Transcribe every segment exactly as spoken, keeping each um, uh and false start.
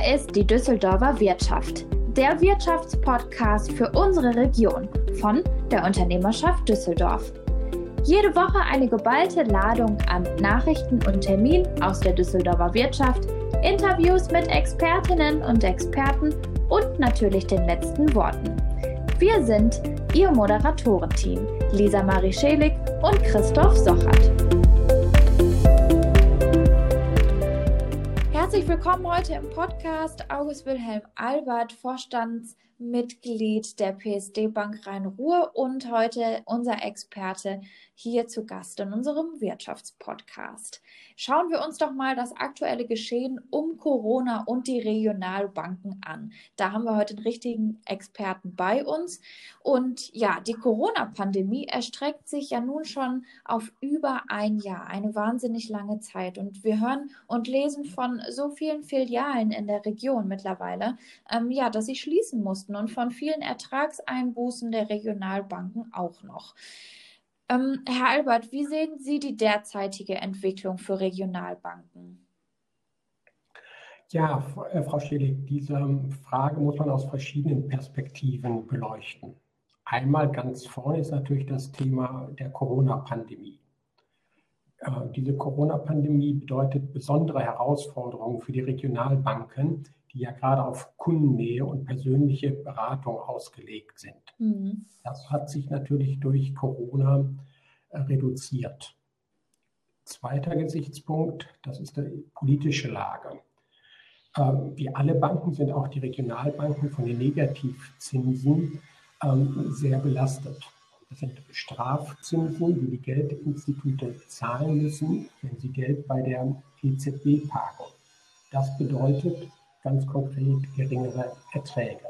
Hier ist die Düsseldorfer Wirtschaft, der Wirtschaftspodcast für unsere Region von der Unternehmerschaft Düsseldorf. Jede Woche eine geballte Ladung an Nachrichten und Terminen aus der Düsseldorfer Wirtschaft, Interviews mit Expertinnen und Experten und natürlich den letzten Worten. Wir sind Ihr Moderatorenteam, Lisa Marie Schelig und Christoph Sochert. Herzlich willkommen heute im Podcast. August Wilhelm Albert, Vorstandsmitglied der P S D Bank Rhein-Ruhr und heute unser Experte hier zu Gast in unserem Wirtschaftspodcast. Schauen wir uns doch mal das aktuelle Geschehen um Corona und die Regionalbanken an. Da haben wir heute einen richtigen Experten bei uns. Und ja, die Corona-Pandemie erstreckt sich ja nun schon auf über ein Jahr, eine wahnsinnig lange Zeit. Und wir hören und lesen von so vielen Filialen in der Region mittlerweile, ähm, ja, dass sie schließen mussten und von vielen Ertragseinbußen der Regionalbanken auch noch. Ähm, Herr Albert, wie sehen Sie die derzeitige Entwicklung für Regionalbanken? Ja, Frau Schelig, diese Frage muss man aus verschiedenen Perspektiven beleuchten. Einmal ganz vorne ist natürlich das Thema der Corona-Pandemie. Äh, diese Corona-Pandemie bedeutet besondere Herausforderungen für die Regionalbanken, die ja gerade auf Kundennähe und persönliche Beratung ausgelegt sind. Mhm. Das hat sich natürlich durch Corona äh, reduziert. Zweiter Gesichtspunkt, das ist die politische Lage. Ähm, wie alle Banken sind auch die Regionalbanken von den Negativzinsen ähm, sehr belastet. Das sind Strafzinsen, die die Geldinstitute zahlen müssen, wenn sie Geld bei der E Z B parken. Das bedeutet ganz konkret geringere Erträge.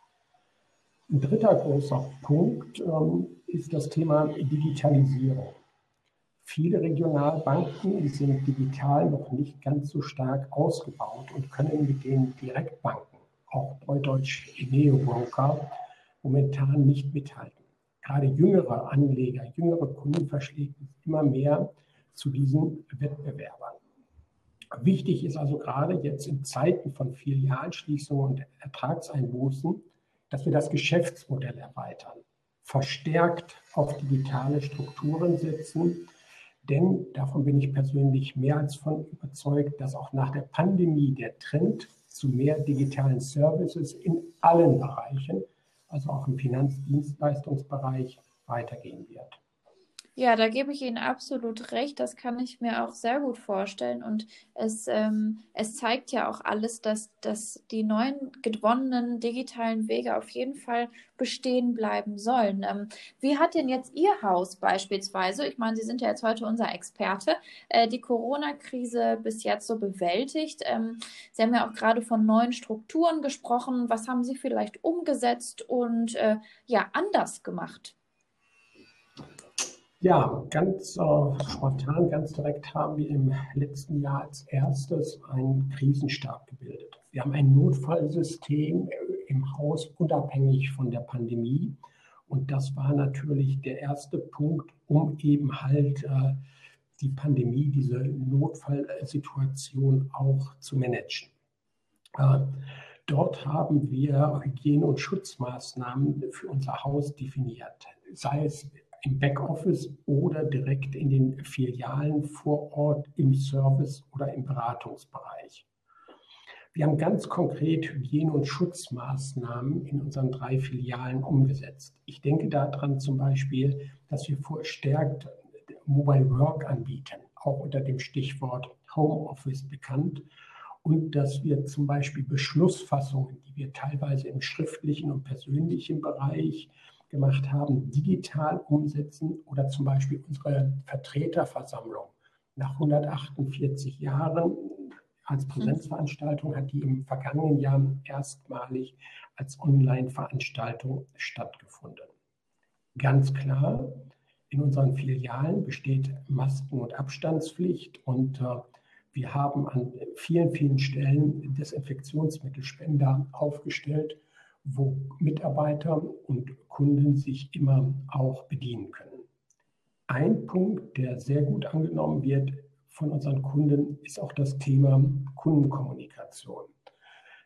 Ein dritter großer Punkt ähm, ist das Thema Digitalisierung. Viele Regionalbanken sind digital noch nicht ganz so stark ausgebaut und können mit den Direktbanken, auch Neudeutsch Neobroker, momentan nicht mithalten. Gerade jüngere Anleger, jüngere Kunden verschlägt es immer mehr zu diesen Wettbewerbern. Wichtig ist also gerade jetzt in Zeiten von Filialschließungen und Ertragseinbußen, dass wir das Geschäftsmodell erweitern, verstärkt auf digitale Strukturen setzen, denn davon bin ich persönlich mehr als von überzeugt, dass auch nach der Pandemie der Trend zu mehr digitalen Services in allen Bereichen, also auch im Finanzdienstleistungsbereich, weitergehen wird. Ja, da gebe ich Ihnen absolut recht. Das kann ich mir auch sehr gut vorstellen. Und es, ähm, es zeigt ja auch alles, dass, dass die neuen gewonnenen digitalen Wege auf jeden Fall bestehen bleiben sollen. Ähm, wie hat denn jetzt Ihr Haus beispielsweise, ich meine, Sie sind ja jetzt heute unser Experte, äh, die Corona-Krise bis jetzt so bewältigt? Ähm, Sie haben ja auch gerade von neuen Strukturen gesprochen. Was haben Sie vielleicht umgesetzt und äh, ja, anders gemacht? Ja, ganz äh, spontan, ganz direkt haben wir im letzten Jahr als erstes einen Krisenstab gebildet. Wir haben ein Notfallsystem im Haus unabhängig von der Pandemie. Und das war natürlich der erste Punkt, um eben halt äh, die Pandemie, diese Notfallsituation auch zu managen. Äh, dort haben wir Hygiene- und Schutzmaßnahmen für unser Haus definiert, sei es im Backoffice oder direkt in den Filialen vor Ort im Service oder im Beratungsbereich. Wir haben ganz konkret Hygiene- und Schutzmaßnahmen in unseren drei Filialen umgesetzt. Ich denke daran zum Beispiel, dass wir verstärkt Mobile Work anbieten, auch unter dem Stichwort Homeoffice bekannt, und dass wir zum Beispiel Beschlussfassungen, die wir teilweise im schriftlichen und persönlichen Bereich gemacht haben, digital umsetzen oder zum Beispiel unsere Vertreterversammlung nach hundertachtundvierzig Jahren als Präsenzveranstaltung hat die im vergangenen Jahr erstmalig als Online-Veranstaltung stattgefunden. Ganz klar, in unseren Filialen besteht Masken- und Abstandspflicht und äh, wir haben an vielen, vielen Stellen Desinfektionsmittelspender aufgestellt, wo Mitarbeiter und Kunden sich immer auch bedienen können. Ein Punkt, der sehr gut angenommen wird von unseren Kunden, ist auch das Thema Kundenkommunikation.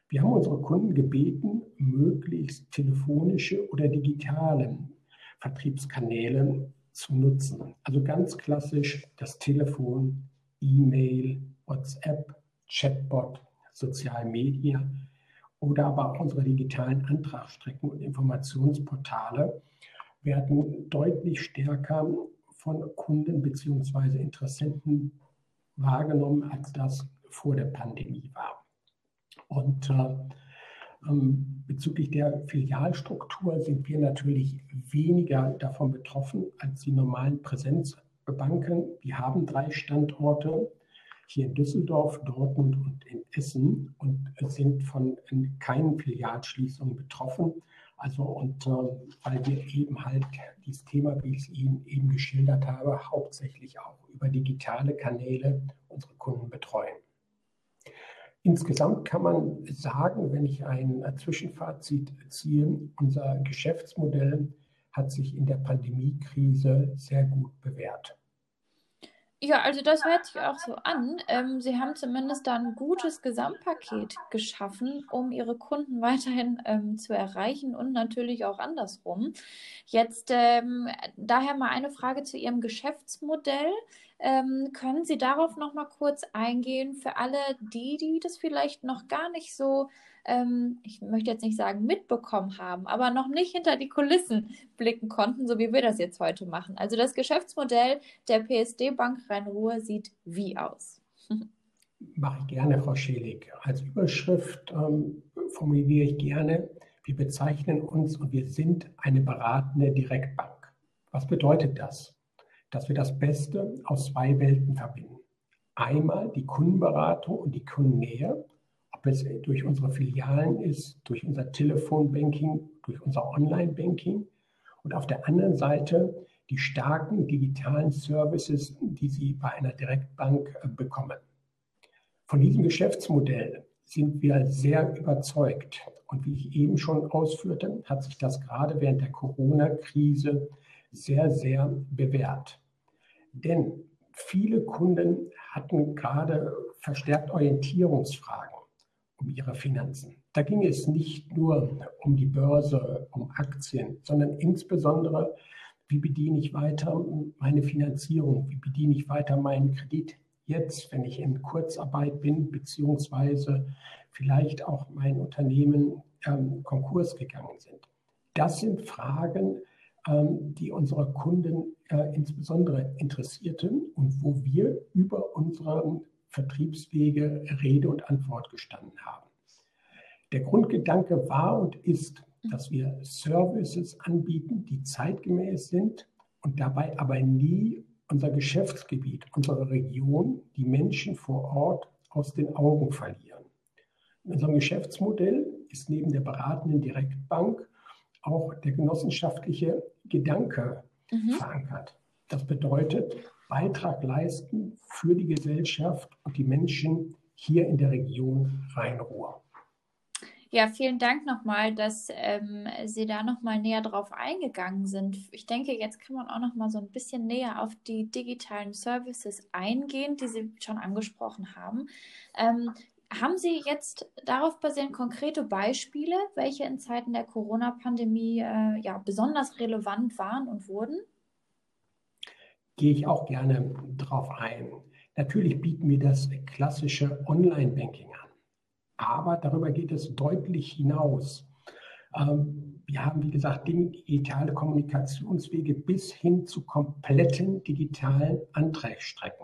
Wir haben unsere Kunden gebeten, möglichst telefonische oder digitale Vertriebskanäle zu nutzen. Also ganz klassisch das Telefon, E-Mail, WhatsApp, Chatbot, Sozialmedia oder aber auch unsere digitalen Antragsstrecken und Informationsportale werden deutlich stärker von Kunden bzw. Interessenten wahrgenommen, als das vor der Pandemie war. Und äh, ähm, bezüglich der Filialstruktur sind wir natürlich weniger davon betroffen als die normalen Präsenzbanken. Wir haben drei Standorte hier in Düsseldorf, Dortmund und in Essen und sind von keinen Filialschließungen betroffen. Also und äh, weil wir eben halt dieses Thema, wie ich es Ihnen eben geschildert habe, hauptsächlich auch über digitale Kanäle unsere Kunden betreuen. Insgesamt kann man sagen, wenn ich ein Zwischenfazit ziehe, unser Geschäftsmodell hat sich in der Pandemiekrise sehr gut bewährt. Ja, also das hört sich auch so an. Ähm, Sie haben zumindest da ein gutes Gesamtpaket geschaffen, um Ihre Kunden weiterhin ähm, zu erreichen und natürlich auch andersrum. Jetzt ähm, daher mal eine Frage zu Ihrem Geschäftsmodell. Ähm, können Sie darauf noch mal kurz eingehen für alle die, die das vielleicht noch gar nicht so, ähm, ich möchte jetzt nicht sagen mitbekommen haben, aber noch nicht hinter die Kulissen blicken konnten, so wie wir das jetzt heute machen. Also das Geschäftsmodell der P S D Bank Rhein-Ruhr sieht wie aus? Mache ich gerne, Frau Schelig. Als Überschrift ähm, formuliere ich gerne, wir bezeichnen uns und wir sind eine beratende Direktbank. Was bedeutet das? Dass wir das Beste aus zwei Welten verbinden. Einmal die Kundenberatung und die Kundennähe, ob es durch unsere Filialen ist, durch unser Telefonbanking, durch unser Online-Banking und auf der anderen Seite die starken digitalen Services, die Sie bei einer Direktbank bekommen. Von diesem Geschäftsmodell sind wir sehr überzeugt. Und wie ich eben schon ausführte, hat sich das gerade während der Corona-Krise sehr, sehr bewährt. Denn viele Kunden hatten gerade verstärkt Orientierungsfragen um ihre Finanzen. Da ging es nicht nur um die Börse, um Aktien, sondern insbesondere, wie bediene ich weiter meine Finanzierung, wie bediene ich weiter meinen Kredit jetzt, wenn ich in Kurzarbeit bin, beziehungsweise vielleicht auch mein Unternehmen ähm, Konkurs gegangen sind. Das sind Fragen, ähm, die unsere Kunden äh, insbesondere interessierten und wo wir über unsere Vertriebswege Rede und Antwort gestanden haben. Der Grundgedanke war und ist, dass wir Services anbieten, die zeitgemäß sind und dabei aber nie unser Geschäftsgebiet, unsere Region, die Menschen vor Ort aus den Augen verlieren. In unserem Geschäftsmodell ist neben der beratenden Direktbank auch der genossenschaftliche Gedanke mhm. verankert. Das bedeutet, Beitrag leisten für die Gesellschaft und die Menschen hier in der Region Rhein-Ruhr. Ja, vielen Dank nochmal, dass ähm, Sie da nochmal näher drauf eingegangen sind. Ich denke, jetzt kann man auch nochmal so ein bisschen näher auf die digitalen Services eingehen, die Sie schon angesprochen haben. Ähm, haben Sie jetzt darauf basierend konkrete Beispiele, welche in Zeiten der Corona-Pandemie äh, ja, besonders relevant waren und wurden? Gehe ich auch gerne drauf ein. Natürlich bieten wir das klassische Online-Banking an. Aber darüber geht es deutlich hinaus. Wir haben, wie gesagt, digitale Kommunikationswege bis hin zu kompletten digitalen Antragsstrecken.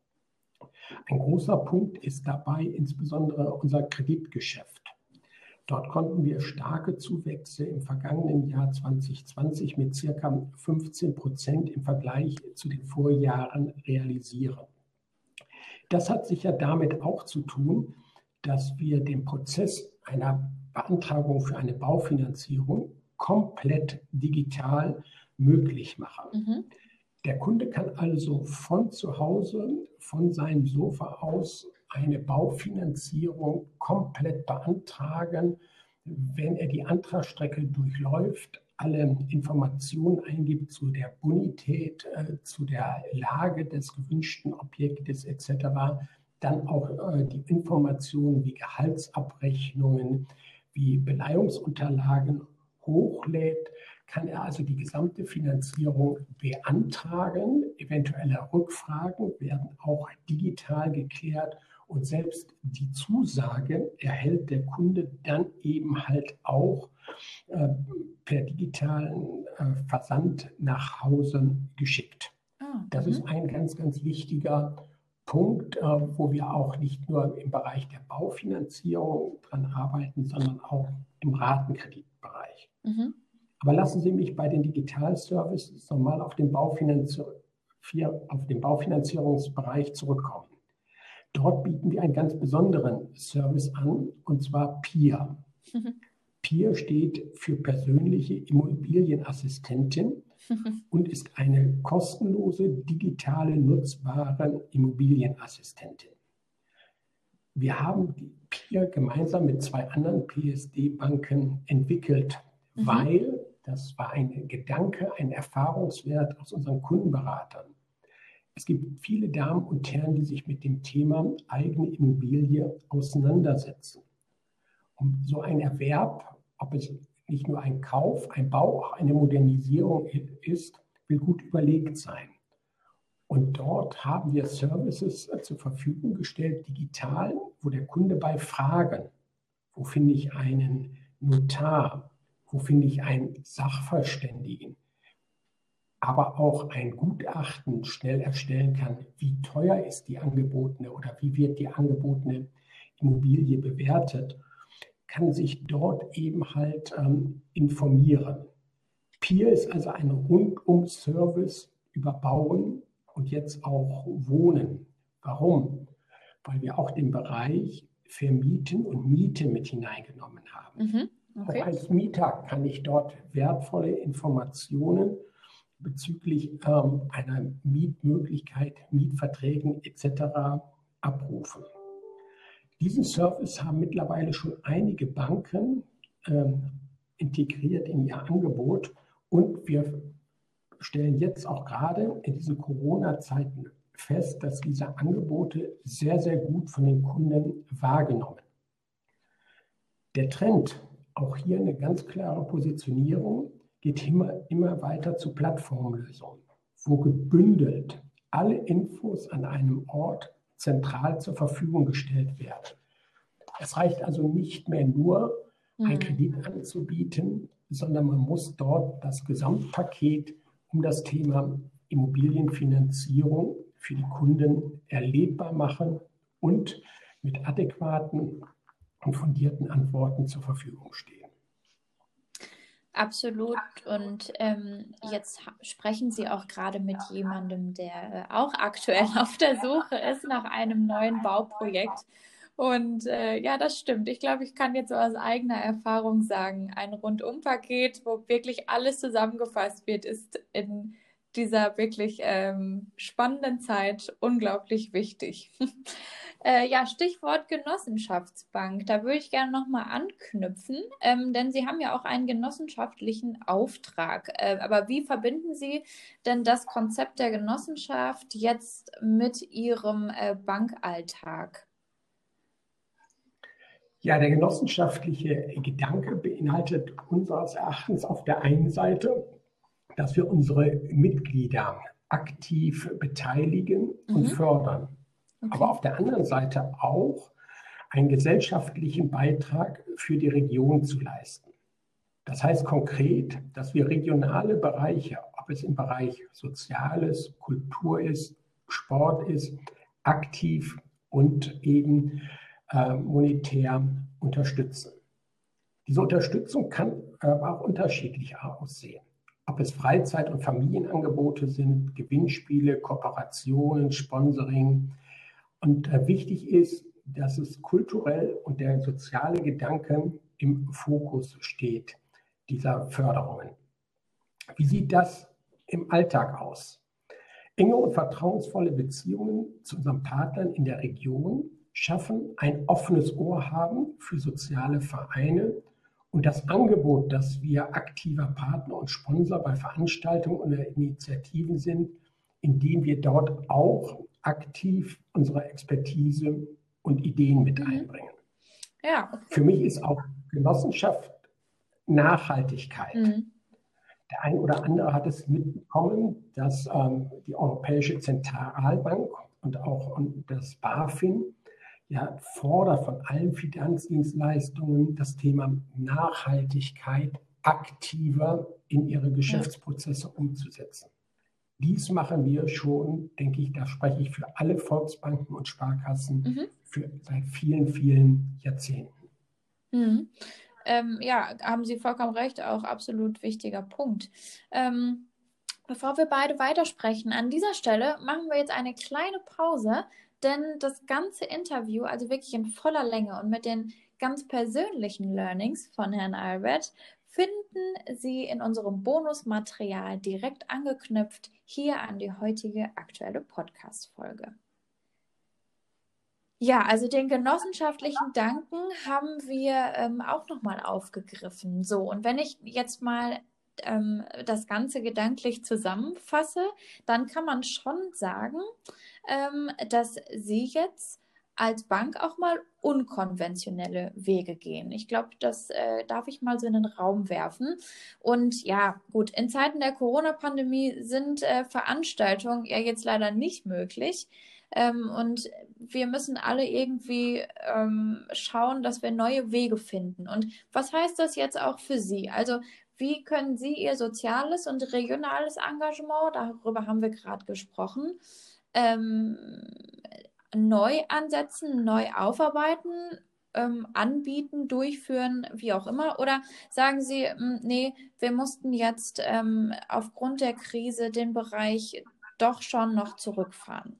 Ein großer Punkt ist dabei insbesondere unser Kreditgeschäft. Dort konnten wir starke Zuwächse im vergangenen Jahr zwanzig zwanzig mit circa fünfzehn Prozent im Vergleich zu den Vorjahren realisieren. Das hat sicher damit auch zu tun, dass wir den Prozess einer Beantragung für eine Baufinanzierung komplett digital möglich machen. Mhm. Der Kunde kann also von zu Hause, von seinem Sofa aus eine Baufinanzierung komplett beantragen, wenn er die Antragsstrecke durchläuft, alle Informationen eingibt zu der Bonität, äh, zu der Lage des gewünschten Objektes et cetera, dann auch äh, die Informationen wie Gehaltsabrechnungen, wie Beleihungsunterlagen hochlädt, kann er also die gesamte Finanzierung beantragen. Eventuelle Rückfragen werden auch digital geklärt und selbst die Zusage erhält der Kunde dann eben halt auch äh, per digitalen äh, Versand nach Hause geschickt. Ah, das ist ein ganz, ganz wichtiger Punkt, äh, wo wir auch nicht nur im Bereich der Baufinanzierung dran arbeiten, sondern auch im Ratenkreditbereich. Mhm. Aber lassen Sie mich bei den Digitalservices nochmal auf den, Baufinanzier- auf den Baufinanzierungsbereich zurückkommen. Dort bieten wir einen ganz besonderen Service an, und zwar P I A. Mhm. P I A steht für persönliche Immobilienassistentin und ist eine kostenlose, digitale, nutzbare Immobilienassistentin. Wir haben die P I A gemeinsam mit zwei anderen P S D-Banken entwickelt, mhm. weil das war ein Gedanke, ein Erfahrungswert aus unseren Kundenberatern. Es gibt viele Damen und Herren, die sich mit dem Thema eigene Immobilie auseinandersetzen. Und so ein Erwerb, ob es nicht nur ein Kauf, ein Bau, auch eine Modernisierung ist, will gut überlegt sein. Und dort haben wir Services zur Verfügung gestellt, digital, wo der Kunde bei Fragen, wo finde ich einen Notar, wo finde ich einen Sachverständigen, aber auch ein Gutachten schnell erstellen kann, wie teuer ist die angebotene oder wie wird die angebotene Immobilie bewertet, kann sich dort eben halt ähm, informieren. P I A ist also ein Rundum-Service über Bauen und jetzt auch Wohnen. Warum? Weil wir auch den Bereich Vermieten und Miete mit hineingenommen haben. Mhm, okay. Auch als Mieter kann ich dort wertvolle Informationen bezüglich ähm, einer Mietmöglichkeit, Mietverträgen et cetera abrufen. Diesen Service haben mittlerweile schon einige Banken ähm, integriert in ihr Angebot und wir stellen jetzt auch gerade in diesen Corona-Zeiten fest, dass diese Angebote sehr, sehr gut von den Kunden wahrgenommen. Der Trend, auch hier eine ganz klare Positionierung, geht immer, immer weiter zu Plattformlösungen, wo gebündelt alle Infos an einem Ort zentral zur Verfügung gestellt werden. Es reicht also nicht mehr nur, einen Kredit anzubieten, sondern man muss dort das Gesamtpaket um das Thema Immobilienfinanzierung für die Kunden erlebbar machen und mit adäquaten und fundierten Antworten zur Verfügung stehen. Absolut. Und ähm, jetzt sprechen Sie auch gerade mit jemandem, der äh, auch aktuell auf der Suche ist nach einem neuen Bauprojekt. Und äh, ja, das stimmt. Ich glaube, ich kann jetzt so aus eigener Erfahrung sagen, ein Rundumpaket, wo wirklich alles zusammengefasst wird, ist in dieser wirklich ähm, spannenden Zeit unglaublich wichtig. Äh, ja, Stichwort Genossenschaftsbank. Da würde ich gerne nochmal anknüpfen, ähm, denn Sie haben ja auch einen genossenschaftlichen Auftrag. Äh, aber wie verbinden Sie denn das Konzept der Genossenschaft jetzt mit Ihrem äh, Bankalltag? Ja, der genossenschaftliche Gedanke beinhaltet unseres Erachtens auf der einen Seite, dass wir unsere Mitglieder aktiv beteiligen und mhm. fördern. Okay. Aber auf der anderen Seite auch einen gesellschaftlichen Beitrag für die Region zu leisten. Das heißt konkret, dass wir regionale Bereiche, ob es im Bereich Soziales, Kultur ist, Sport ist, aktiv und eben äh, monetär unterstützen. Diese Unterstützung kann aber auch unterschiedlich aussehen. Ob es Freizeit- und Familienangebote sind, Gewinnspiele, Kooperationen, Sponsoring. Und äh, wichtig ist, dass es kulturell und der soziale Gedanke im Fokus steht, dieser Förderungen. Wie sieht das im Alltag aus? Enge und vertrauensvolle Beziehungen zu unseren Partnern in der Region schaffen ein offenes Ohr haben für soziale Vereine und das Angebot, dass wir aktiver Partner und Sponsor bei Veranstaltungen oder Initiativen sind, indem wir dort auch aktiv unsere Expertise und Ideen mit Mhm. einbringen. Ja, okay. Für mich ist auch Genossenschaft Nachhaltigkeit. Mhm. Der ein oder andere hat es mitbekommen, dass ähm, die Europäische Zentralbank und auch und das BaFin ja fordert von allen Finanzdienstleistungen das Thema Nachhaltigkeit aktiver in ihre Geschäftsprozesse umzusetzen. Dies machen wir schon, denke ich, da spreche ich für alle Volksbanken und Sparkassen Mhm. für, seit vielen, vielen Jahrzehnten. Mhm. Ähm, ja, haben Sie vollkommen recht, auch absolut wichtiger Punkt. Ähm, bevor wir beide weitersprechen, an dieser Stelle machen wir jetzt eine kleine Pause, denn das ganze Interview, also wirklich in voller Länge und mit den ganz persönlichen Learnings von Herrn Albert, finden Sie in unserem Bonusmaterial direkt angeknüpft hier an die heutige aktuelle Podcast-Folge. Ja, also den genossenschaftlichen Danken haben wir ähm, auch nochmal aufgegriffen. So, und wenn ich jetzt mal ähm, das Ganze gedanklich zusammenfasse, dann kann man schon sagen, ähm, dass Sie jetzt als Bank auch mal unkonventionelle Wege gehen. Ich glaube, das äh, darf ich mal so in den Raum werfen. Und ja, gut, in Zeiten der Corona-Pandemie sind äh, Veranstaltungen ja jetzt leider nicht möglich. Ähm, und wir müssen alle irgendwie ähm, schauen, dass wir neue Wege finden. Und was heißt das jetzt auch für Sie? Also wie können Sie Ihr soziales und regionales Engagement, darüber haben wir gerade gesprochen, ähm, neu ansetzen, neu aufarbeiten, ähm, anbieten, durchführen, wie auch immer? Oder sagen Sie, mh, nee, wir mussten jetzt ähm, aufgrund der Krise den Bereich doch schon noch zurückfahren?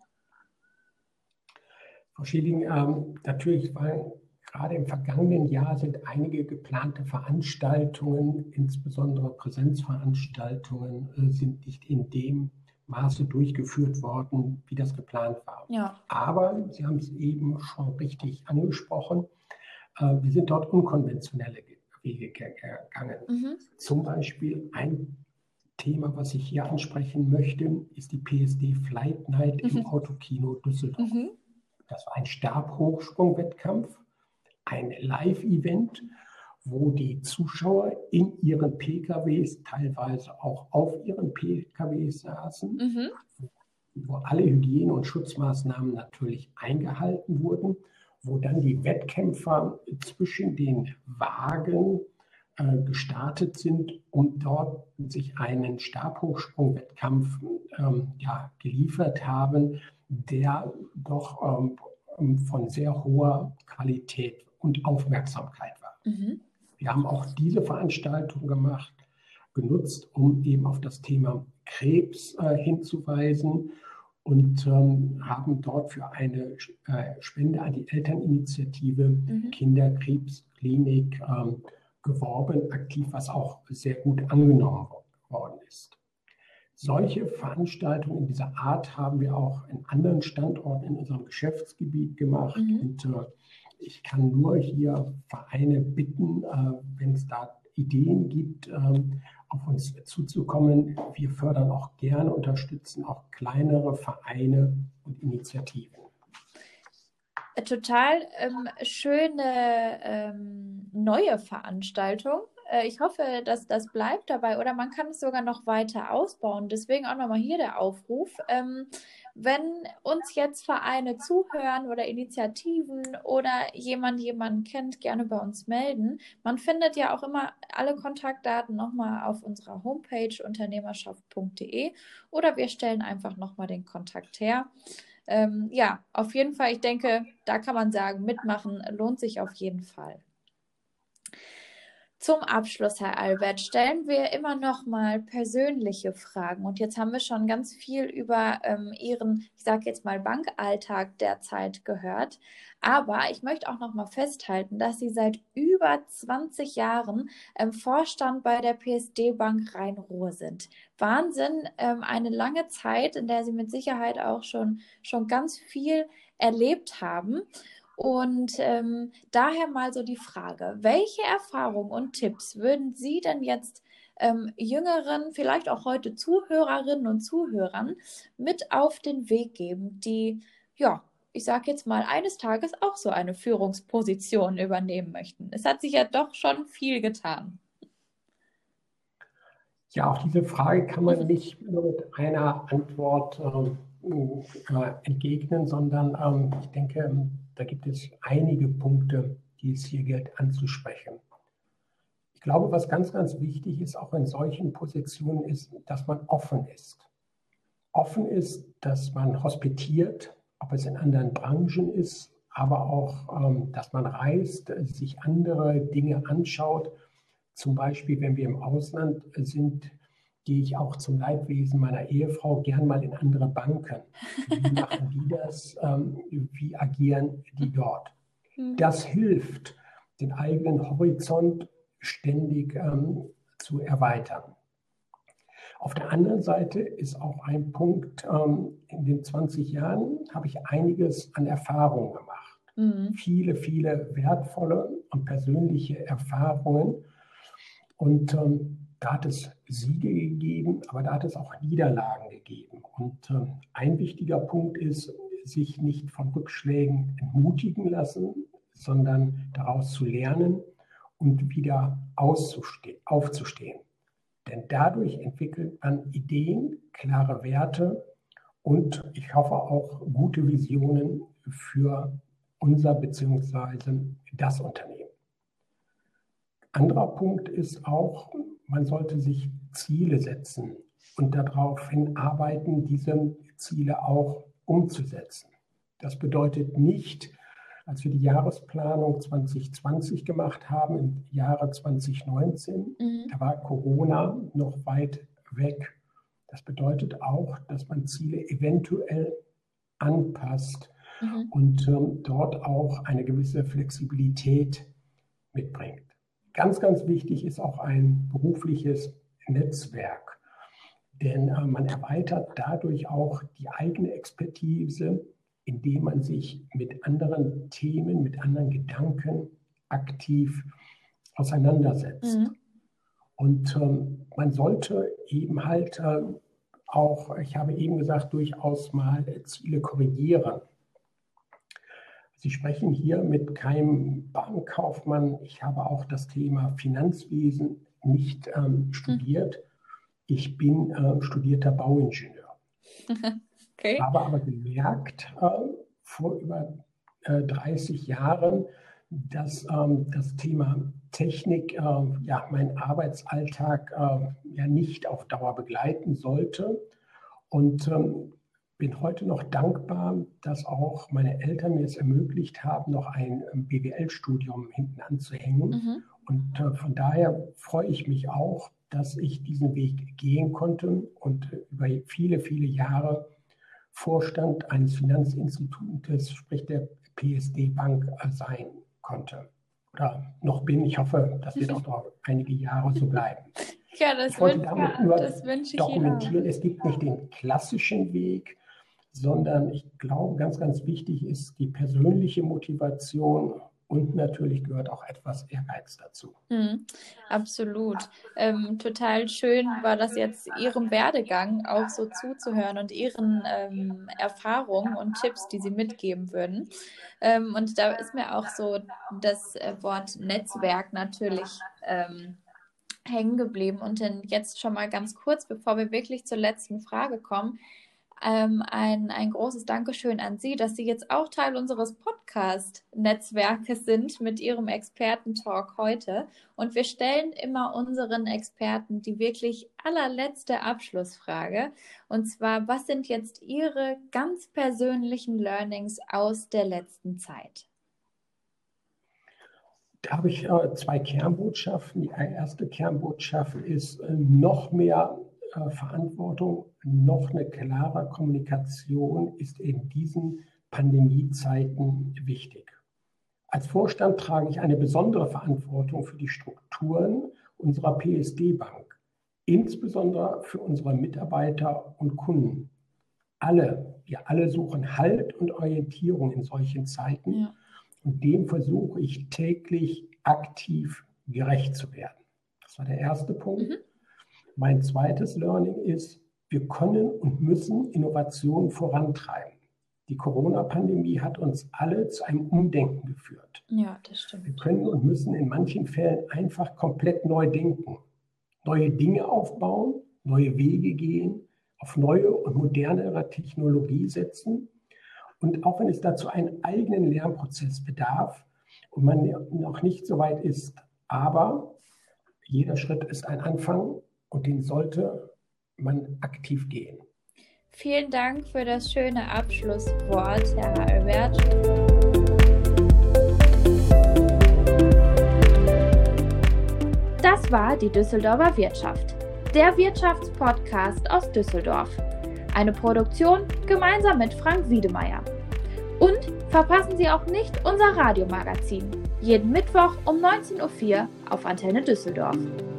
Frau Schilling, ähm, natürlich war gerade im vergangenen Jahr sind einige geplante Veranstaltungen, insbesondere Präsenzveranstaltungen, äh, sind nicht in dem Maße durchgeführt worden, wie das geplant war. Ja. Aber Sie haben es eben schon richtig angesprochen, äh, wir sind dort unkonventionelle Wege gegangen. Mhm. Zum Beispiel ein Thema, was ich hier ansprechen möchte, ist die P S D Flight Night im Mhm. Autokino Düsseldorf. Mhm. Das war ein Stabhochsprungwettkampf, ein Live-Event, wo die Zuschauer in ihren P K Ws, teilweise auch auf ihren P K Ws saßen, Mhm. wo alle Hygiene- und Schutzmaßnahmen natürlich eingehalten wurden, wo dann die Wettkämpfer zwischen den Wagen äh, gestartet sind und dort sich einen Stabhochsprungwettkampf ähm, ja, geliefert haben, der doch ähm, von sehr hoher Qualität und Aufmerksamkeit war. Mhm. Wir haben auch diese Veranstaltung gemacht, genutzt, um eben auf das Thema Krebs äh, hinzuweisen und ähm, haben dort für eine äh, Spende an die Elterninitiative Mhm. Kinderkrebsklinik ähm, geworben, aktiv, was auch sehr gut angenommen worden ist. Solche Veranstaltungen in dieser Art haben wir auch in anderen Standorten in unserem Geschäftsgebiet gemacht. Mhm. Und äh, ich kann nur hier Vereine bitten, äh, wenn es da Ideen gibt, äh, auf uns zuzukommen. Wir fördern auch gerne, unterstützen auch kleinere Vereine und Initiativen. Total ähm, schöne ähm, neue Veranstaltung. Äh, ich hoffe, dass das bleibt dabei oder man kann es sogar noch weiter ausbauen. Deswegen auch nochmal hier der Aufruf. Ähm, wenn uns jetzt Vereine zuhören oder Initiativen oder jemand jemanden kennt, gerne bei uns melden. Man findet ja auch immer alle Kontaktdaten nochmal auf unserer Homepage unternehmerschaft punkt de oder wir stellen einfach nochmal den Kontakt her. Ähm, ja, auf jeden Fall, ich denke, da kann man sagen, mitmachen lohnt sich auf jeden Fall. Zum Abschluss, Herr Albert, stellen wir immer noch mal persönliche Fragen. Und jetzt haben wir schon ganz viel über ähm, Ihren, ich sage jetzt mal, Bankalltag derzeit gehört. Aber ich möchte auch noch mal festhalten, dass Sie seit über zwanzig Jahren ähm, Vorstand bei der P S D Bank Rhein-Ruhr sind. Wahnsinn, ähm, eine lange Zeit, in der Sie mit Sicherheit auch schon, schon ganz viel erlebt haben. Und ähm, daher mal so die Frage, welche Erfahrungen und Tipps würden Sie denn jetzt ähm, jüngeren, vielleicht auch heute Zuhörerinnen und Zuhörern mit auf den Weg geben, die, ja, ich sage jetzt mal, eines Tages auch so eine Führungsposition übernehmen möchten? Es hat sich ja doch schon viel getan. Ja, auf diese Frage kann man nicht nur mit einer Antwort ähm, äh, entgegnen, sondern ähm, ich denke, da gibt es einige Punkte, die es hier gilt anzusprechen. Ich glaube, was ganz, ganz wichtig ist, auch in solchen Positionen, ist, dass man offen ist. Offen ist, dass man hospitiert, ob es in anderen Branchen ist, aber auch, ähm, dass man reist, sich andere Dinge anschaut. Zum Beispiel, wenn wir im Ausland sind, gehe ich auch zum Leidwesen meiner Ehefrau gern mal in andere Banken. Wie machen die das? Ähm, wie agieren die dort? Mhm. Das hilft, den eigenen Horizont ständig ähm, zu erweitern. Auf der anderen Seite ist auch ein Punkt, ähm, in den zwanzig Jahren habe ich einiges an Erfahrungen gemacht. Mhm. Viele, viele wertvolle und persönliche Erfahrungen. Und ähm, da hat es Siege gegeben, aber da hat es auch Niederlagen gegeben. Und ähm, ein wichtiger Punkt ist, sich nicht von Rückschlägen entmutigen lassen, sondern daraus zu lernen und wieder aufzustehen. Denn dadurch entwickelt man Ideen, klare Werte und ich hoffe auch gute Visionen für unser bzw. das Unternehmen. Anderer Punkt ist auch, man sollte sich Ziele setzen und darauf hinarbeiten, diese Ziele auch umzusetzen. Das bedeutet nicht, als wir die Jahresplanung zwanzig zwanzig gemacht haben, im Jahre zwanzig neunzehn, mhm. da war Corona noch weit weg. Das bedeutet auch, dass man Ziele eventuell anpasst mhm. und ähm, dort auch eine gewisse Flexibilität mitbringt. Ganz, ganz wichtig ist auch ein berufliches Netzwerk, denn äh, man erweitert dadurch auch die eigene Expertise, indem man sich mit anderen Themen, mit anderen Gedanken aktiv auseinandersetzt. Mhm. Und ähm, man sollte eben halt äh, auch, ich habe eben gesagt, durchaus mal Ziele korrigieren. Sie sprechen hier mit keinem Bankkaufmann. Ich habe auch das Thema Finanzwesen nicht ähm, studiert. Ich bin äh, studierter Bauingenieur. Okay. Habe aber gemerkt, äh, vor über äh, dreißig Jahren, dass ähm, das Thema Technik äh, ja, meinen Arbeitsalltag äh, ja nicht auf Dauer begleiten sollte. Und ähm, bin heute noch dankbar, dass auch meine Eltern mir es ermöglicht haben, noch ein B W L-Studium hinten anzuhängen. Mhm. Und äh, von daher freue ich mich auch, dass ich diesen Weg gehen konnte und über viele, viele Jahre Vorstand eines Finanzinstitutes, sprich der P S D Bank, sein konnte. Oder noch bin. Ich hoffe, das wird auch noch einige Jahre so bleiben. Ja, das ich wollte wün- damit nur das wünsche ich dokumentieren, es gibt nicht den klassischen Weg, sondern ich glaube, ganz, ganz wichtig ist die persönliche Motivation und natürlich gehört auch etwas Ehrgeiz dazu. Mhm, absolut. Ähm, total schön war das jetzt Ihrem Werdegang auch so zuzuhören und Ihren ähm, Erfahrungen und Tipps, die Sie mitgeben würden. Ähm, und da ist mir auch so das äh, Wort Netzwerk natürlich ähm, hängen geblieben. Und dann jetzt schon mal ganz kurz, bevor wir wirklich zur letzten Frage kommen, ähm, ein, ein großes Dankeschön an Sie, dass Sie jetzt auch Teil unseres Podcast-Netzwerkes sind mit Ihrem Expertentalk heute. Und wir stellen immer unseren Experten die wirklich allerletzte Abschlussfrage. Und zwar, was sind jetzt Ihre ganz persönlichen Learnings aus der letzten Zeit? Da habe ich äh, zwei Kernbotschaften. Die erste Kernbotschaft ist äh, noch mehr äh, Verantwortung, noch eine klare Kommunikation ist in diesen Pandemiezeiten wichtig. Als Vorstand trage ich eine besondere Verantwortung für die Strukturen unserer P S D Bank, insbesondere für unsere Mitarbeiter und Kunden. Alle, wir alle suchen Halt und Orientierung in solchen Zeiten. Ja. Und dem versuche ich täglich aktiv gerecht zu werden. Das war der erste Punkt. Mhm. Mein zweites Learning ist, wir können und müssen Innovationen vorantreiben. Die Corona-Pandemie hat uns alle zu einem Umdenken geführt. Ja, das stimmt. Wir können und müssen in manchen Fällen einfach komplett neu denken, neue Dinge aufbauen, neue Wege gehen, auf neue und modernere Technologie setzen. Und auch wenn es dazu einen eigenen Lernprozess bedarf und man noch nicht so weit ist, aber jeder Schritt ist ein Anfang und den sollte man aktiv gehen. Vielen Dank für das schöne Abschlusswort, Herr Albert. Das war die Düsseldorfer Wirtschaft, der Wirtschaftspodcast aus Düsseldorf. Eine Produktion gemeinsam mit Frank Wiedemeyer. Und verpassen Sie auch nicht unser Radiomagazin, jeden Mittwoch um neunzehn Uhr vier auf Antenne Düsseldorf.